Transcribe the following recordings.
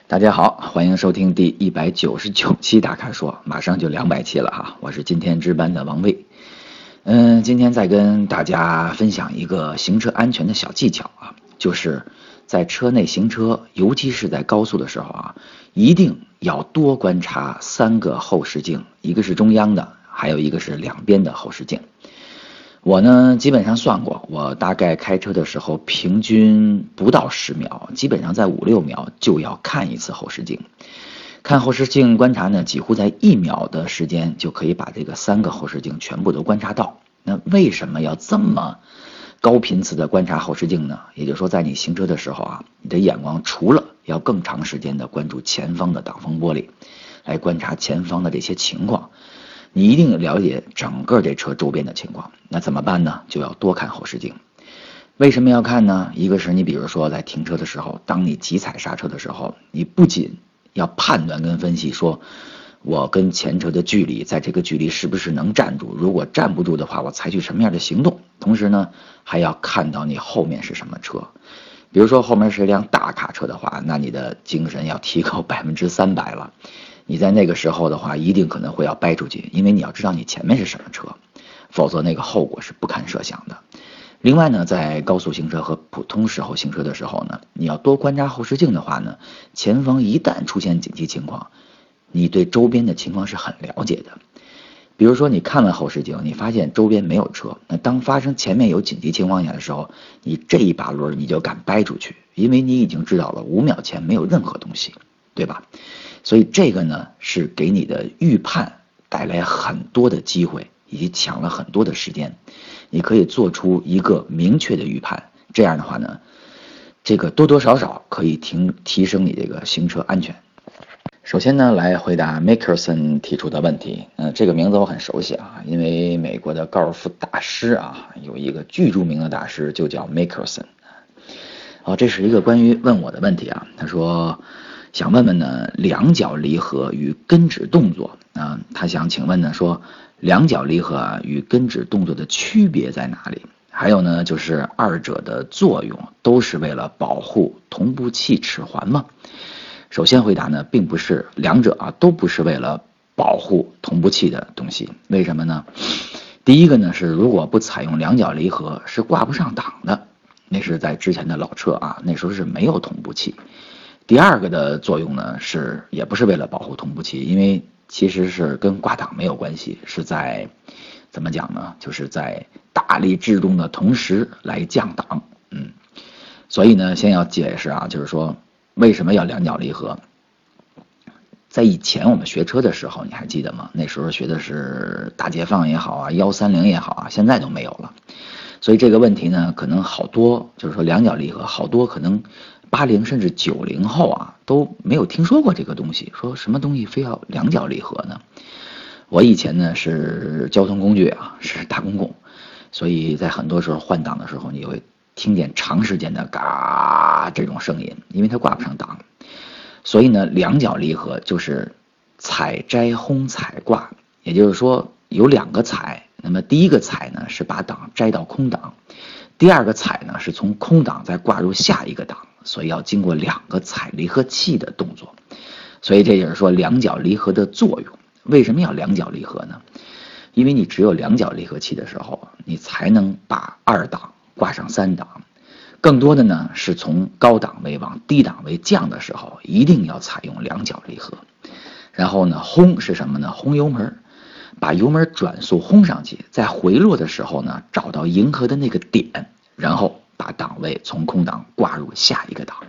大家好，欢迎收听第199期大咖说，马上就200期了哈，我是今天值班的王卫。今天再跟大家分享一个行车安全的小技巧啊，就是在车内行车，尤其是在高速的时候啊，一定要多观察3个后视镜，一个是中央的，还有一个是两边的后视镜。我呢，基本上算过，我大概开车的时候，平均不到10秒，基本上在5-6秒就要看一次后视镜。看后视镜观察呢，几乎在1秒的时间就可以把这个3个后视镜全部都观察到。那为什么要这么高频次的观察后视镜呢？也就是说，在你行车的时候啊，你的眼光除了要更长时间的关注前方的挡风玻璃，来观察前方的这些情况。你一定了解整个这车周边的情况，那怎么办呢？就要多看后视镜。为什么要看呢？一个是你比如说在停车的时候，当你急踩刹车的时候，你不仅要判断跟分析说，我跟前车的距离，在这个距离是不是能站住，如果站不住的话，我采取什么样的行动。同时呢，还要看到你后面是什么车。比如说后面是一辆大卡车的话，那你的精神要提高300%了。你在那个时候的话，一定可能会要掰出去，因为你要知道你前面是什么车，否则那个后果是不堪设想的。另外呢，在高速行车和普通时候行车的时候呢，你要多观察后视镜的话呢，前方一旦出现紧急情况，你对周边的情况是很了解的。比如说你看完后视镜，你发现周边没有车，那当发生前面有紧急情况下的时候，你这一把轮你就敢掰出去，因为你已经知道了5秒前没有任何东西，对吧？所以这个呢，是给你的预判带来很多的机会，以及抢了很多的时间。你可以做出一个明确的预判，这样的话呢，这个多多少少可以提升你这个行车安全。首先呢，来回答 Mickelson 提出的问题。这个名字我很熟悉啊，因为美国的高尔夫大师啊，有一个巨著名的大师就叫 Mickelson。这是一个关于问我的问题啊，他说想问问呢，两脚离合与跟指动作啊，他想请问呢，说两脚离合与跟指动作的区别在哪里？还有呢，就是二者的作用都是为了保护同步器齿环吗？首先回答呢，并不是，两者啊都不是为了保护同步器的东西。为什么呢？第一个呢是，如果不采用两脚离合，是挂不上档的。那是在之前的老车啊，那时候是没有同步器。第二个的作用呢，是也不是为了保护同步器，因为其实是跟挂档没有关系，是在怎么讲呢？就是在大力制动的同时来降档。所以呢，先要解释啊，就是说为什么要两脚离合？在以前我们学车的时候，你还记得吗？那时候学的是大解放也好啊，130也好啊，现在都没有了。所以这个问题呢，可能好多就是说两脚离合，好多可能80甚至90后啊都没有听说过这个东西，说什么东西非要两脚离合呢？我以前呢是交通工具啊，是大公共，所以在很多时候换挡的时候，你会听见长时间的嘎这种声音，因为它挂不上档。所以呢，两脚离合就是踩摘轰踩挂，也就是说有2个踩。那么第一个踩呢是把档摘到空档，第二个踩呢是从空档再挂入下一个档，所以要经过2个踩离合器的动作。所以这就是说两脚离合的作用。为什么要两脚离合呢？因为你只有两脚离合器的时候，你才能把2档挂上3档。更多的呢是从高档位往低档位降的时候，一定要采用两脚离合。然后呢，轰是什么呢？轰油门，把油门转速轰上去，在回落的时候呢，找到迎合的那个点，然后把档位从空档挂入下一个档。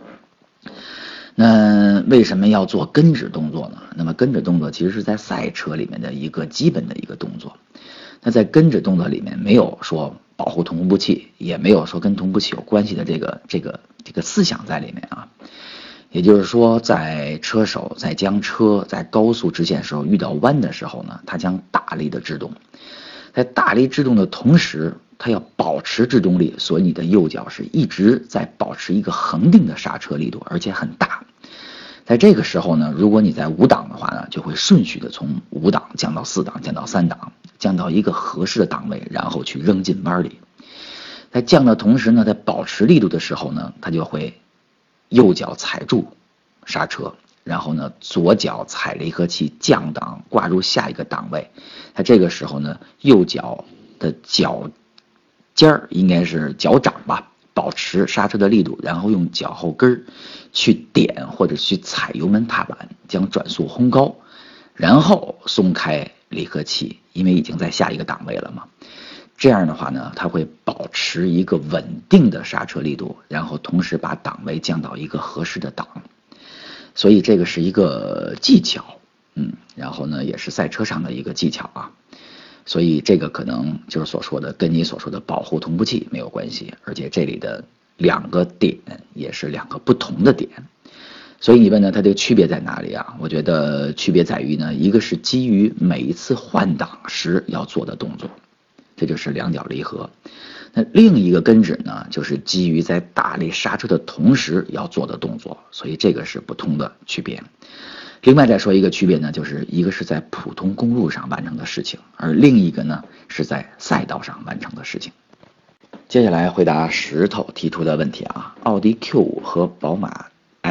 那为什么要做跟指动作呢？那么跟指动作其实是在赛车里面的一个基本的一个动作。那在跟指动作里面没有说保护同步器，也没有说跟同步器有关系的这个思想在里面啊。也就是说，在车手在将车在高速直线时候遇到弯的时候呢，他将大力的制动，在大力制动的同时，他要保持制动力，所以你的右脚是一直在保持一个恒定的刹车力度，而且很大。在这个时候呢，如果你在5档的话呢，就会顺序的从5档降到4档，降到3档，降到一个合适的档位，然后去扔进弯里。在降的同时呢，在保持力度的时候呢，它就会右脚踩住， 刹车，然后呢左脚踩离合器降档挂入下一个档位，它这个时候呢右脚的脚尖儿应该是脚掌吧，保持刹车的力度，然后用脚后跟去点或者去踩油门踏板，将转速烘高，然后松开离合器，因为已经在下一个档位了嘛。这样的话呢，它会保持一个稳定的刹车力度，然后同时把档位降到一个合适的档。所以这个是一个技巧，然后呢也是赛车上的一个技巧啊。所以这个可能就是所说的跟你所说的保护同步器没有关系，而且这里的两个点也是两个不同的点。所以你问呢，它这个区别在哪里啊？我觉得区别在于呢，一个是基于每一次换挡时要做的动作，这就是两脚离合。那另一个根指呢，就是基于在大力刹车的同时要做的动作，所以这个是不同的区别。另外再说一个区别呢，就是一个是在普通公路上完成的事情，而另一个呢是在赛道上完成的事情。接下来回答石头提出的问题啊，奥迪 Q5 和宝马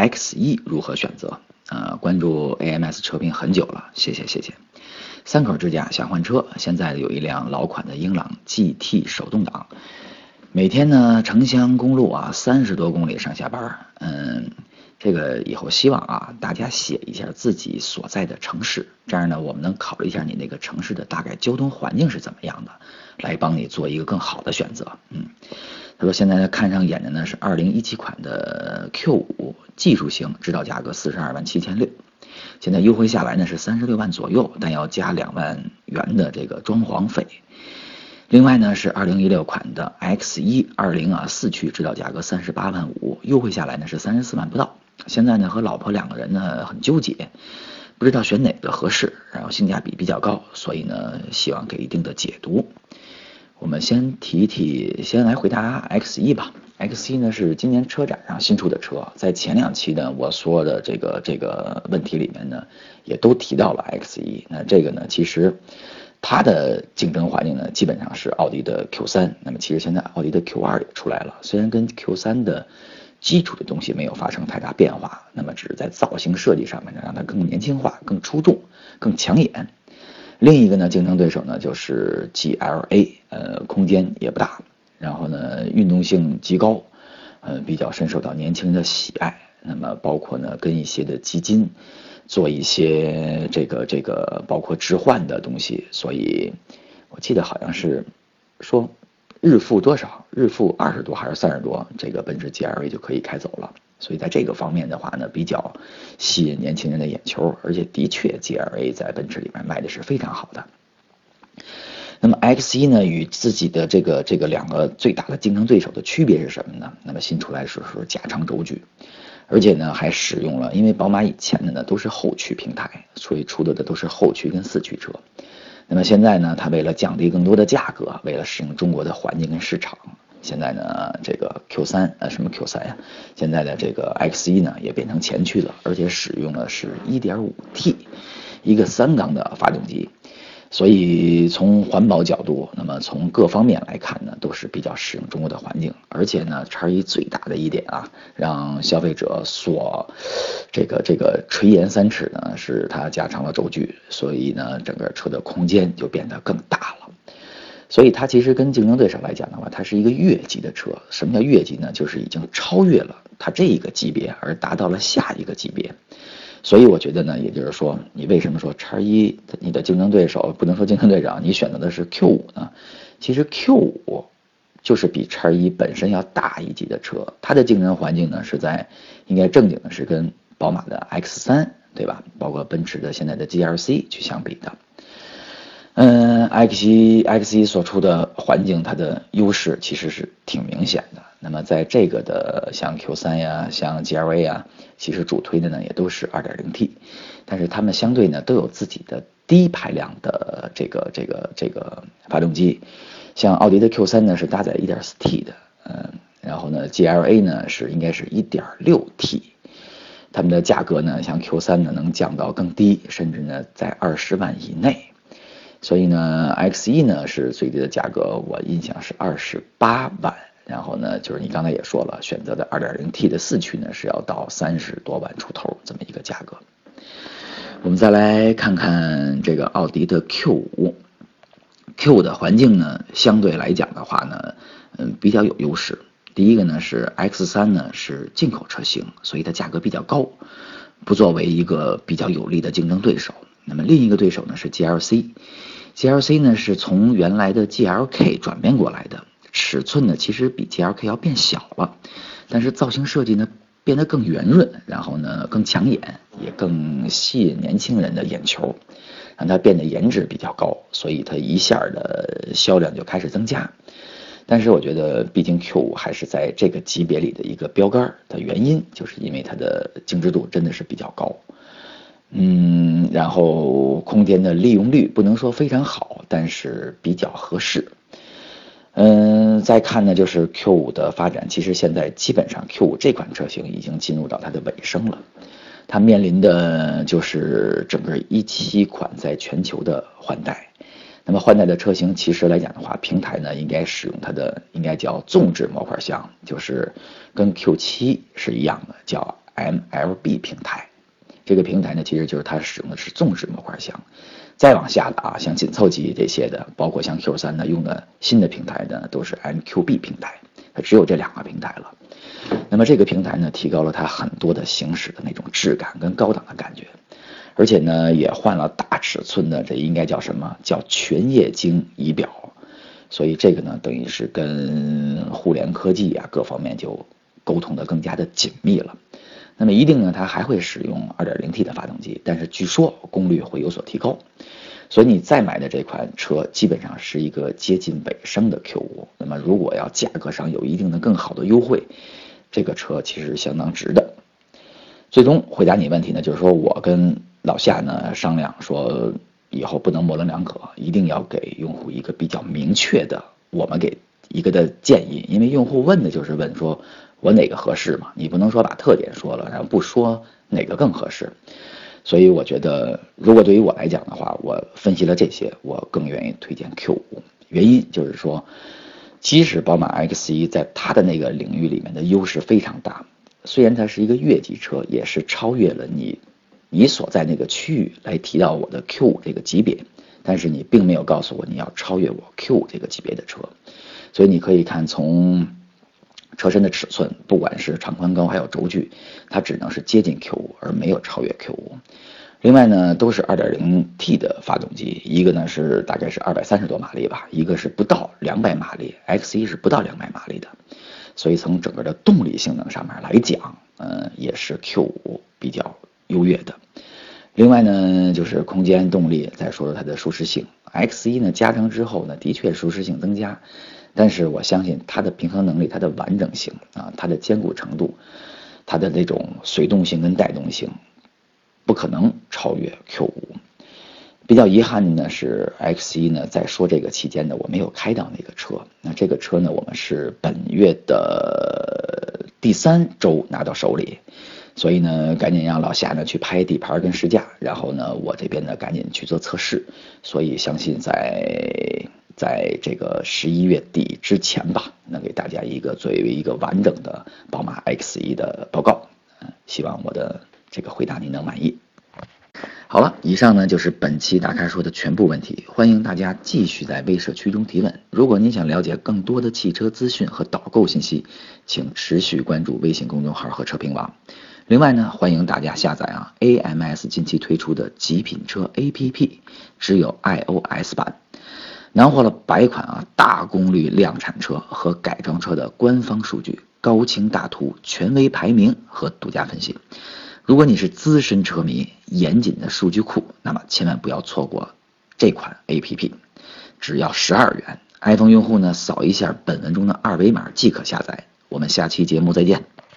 X1 如何选择？关注 AMS 车评很久了，谢谢。三口之家想换车，现在有一辆老款的英朗 GT 手动挡，每天呢城乡公路啊30多公里上下班，这个以后希望啊大家写一下自己所在的城市，这样呢我们能考虑一下你那个城市的大概交通环境是怎么样的，来帮你做一个更好的选择。他说现在看上眼的呢是2017款的 Q5 技术型，指导价格42.76万，现在优惠下来呢是36万左右，但要加2万元的这个装潢费。另外呢是2016款的 X120啊4驱，指导价格38.5万，优惠下来呢是34万不到。现在呢和老婆两个人呢很纠结，不知道选哪个合适，然后性价比比较高，所以呢希望给一定的解读。我们先先来回答 X1 吧。X1 呢是今年车展上新出的车，在前2期呢我说的这个问题里面呢也都提到了 X1。那这个呢其实它的竞争环境呢基本上是奥迪的 Q3， 那么其实现在奥迪的 Q2 也出来了，虽然跟 Q3 的基础的东西没有发生太大变化，那么只是在造型设计上面呢让它更年轻化、更出众、更抢眼。另一个呢竞争对手呢就是 GLA， 空间也不大，然后呢运动性极高，比较深受到年轻人的喜爱。那么包括呢跟一些的基金做一些这个包括置换的东西，所以我记得好像是说日付多少，日付20多还是30多，这个奔驰 GLA 就可以开走了。所以在这个方面的话呢，比较吸引年轻人的眼球，而且的确 GLA 在奔驰里面卖的是非常好的。那么 X1 呢与自己的这个两个最大的竞争对手的区别是什么呢？那么新出来是加长轴距，而且呢还使用了，因为宝马以前的呢都是后驱平台，所以出的都是后驱跟4驱车。那么现在呢，它为了降低更多的价格，为了适应中国的环境跟市场，现在呢这个 Q3 什么 Q3 呀？现在的这个 X1 呢也变成前驱了，而且使用的是 1.5T 一个3缸的发动机。所以从环保角度，那么从各方面来看呢，都是比较适应中国的环境。而且呢，X1最大的一点啊，让消费者所这个垂涎3尺呢，是它加长了轴距，所以呢，整个车的空间就变得更大了。所以它其实跟竞争对手来讲的话，它是一个越级的车。什么叫越级呢？就是已经超越了它这一个级别，而达到了下一个级别。所以我觉得呢，也就是说，你为什么说 X1 你的竞争对手，不能说竞争对手，你选择的是 Q5 呢？其实 Q5 就是比 X1 本身要大一级的车，它的竞争环境呢是在应该正经的是跟宝马的 X3， 对吧？包括奔驰的现在的 GLC 去相比的。X1 所处的环境，它的优势其实是挺明显的。那么在这个的像 Q3 呀，像 GLA 呀，其实主推的呢也都是 2.0T， 但是它们相对呢都有自己的低排量的这个发动机。像奥迪的 Q3 呢是搭载 1.4T 的，然后呢 GLA 呢应该是 1.6T。它们的价格呢，像 Q3 呢能降到更低，甚至呢在20万以内。所以呢 X1 呢是最低的价格，我印象是28万， 然后呢，就是你刚才也说了，选择的 2.0T 的四驱呢是要到30多万出头这么一个价格。我们再来看看这个奥迪的 Q5。Q5 的环境呢，相对来讲的话呢，比较有优势。第一个呢是 X3 呢是进口车型，所以它价格比较高，不作为一个比较有力的竞争对手。那么另一个对手呢是 GLC。GLC 呢是从原来的 GLK 转变过来的，尺寸呢其实比 GLK 要变小了，但是造型设计呢变得更圆润，然后呢更抢眼，也更吸引年轻人的眼球，让它变得颜值比较高，所以它一下的销量就开始增加。但是我觉得毕竟 Q5 还是在这个级别里的一个标杆的原因，就是因为它的精致度真的是比较高。然后空间的利用率不能说非常好，但是比较合适。再看呢，就是 Q5 的发展，其实现在基本上 Q5 这款车型已经进入到它的尾声了，它面临的就是整个17款在全球的换代。那么换代的车型其实来讲的话，平台呢应该使用它的应该叫纵置模块箱，就是跟 Q7 是一样的，叫 MLB 平台。这个平台呢，其实就是它使用的是纵置模块箱。再往下的啊，像紧凑级这些的，包括像 Q3 呢用的新的平台呢，都是 MQB 平台，它只有这2个平台了。那么这个平台呢，提高了它很多的行驶的那种质感跟高档的感觉，而且呢也换了大尺寸的，这应该叫什么？叫全液晶仪表。所以这个呢，等于是跟互联科技啊各方面就沟通的更加的紧密了。那么一定呢，它还会使用 2.0T 的发动机，但是据说功率会有所提高。所以你再买的这款车基本上是一个接近尾声的 Q5。那么如果要价格上有一定的更好的优惠，这个车其实相当值的。最终回答你问题呢，就是说我跟老夏呢商量说，以后不能模棱两可，一定要给用户一个比较明确的，我们给一个的建议。因为用户问的就是问说我哪个合适嘛，你不能说把特点说了，然后不说哪个更合适。所以我觉得，如果对于我来讲的话，我分析了这些，我更愿意推荐 Q5。原因就是说，即使宝马 X1 在它的那个领域里面的优势非常大，虽然它是一个越级车，也是超越了你所在那个区域来提到我的 Q5 这个级别，但是你并没有告诉我你要超越我 Q5 这个级别的车。所以你可以看从车身的尺寸，不管是长宽高还有轴距，它只能是接近 Q5 而没有超越 Q5。另外呢，都是 2.0T 的发动机，一个呢是大概是230多马力吧，一个是不到200马力 ，X1 是不到200马力的。所以从整个的动力性能上面来讲，也是 Q5 比较优越的。另外呢，就是空间动力，再说说它的舒适性。X1 呢加长之后呢，的确舒适性增加，但是我相信它的平衡能力、它的完整性啊、它的坚固程度、它的那种随动性跟带动性，不可能超越 Q5。比较遗憾的呢是 X1 呢，在说这个期间呢，我没有开到那个车。那这个车呢，我们是本月的第3周拿到手里，所以呢，赶紧让老夏呢去拍底盘跟试驾，然后呢，我这边呢赶紧去做测试。所以相信在这个11月底之前吧，能给大家作为一个完整的宝马 X1 的报告。希望我的这个回答您能满意。好了，以上呢就是本期大咖说的全部问题，欢迎大家继续在微社区中提问。如果您想了解更多的汽车资讯和导购信息，请持续关注微信公众号和车评网。另外呢，欢迎大家下载AMS 近期推出的极品车 APP， 只有 iOS 版，囊括了100款大功率量产车和改装车的官方数据、高清大图、权威排名和独家分析。如果你是资深车迷，严谨的数据库，那么千万不要错过这款 APP， 只要12元。iPhone 用户呢，扫一下本文中的2维码即可下载。我们下期节目再见。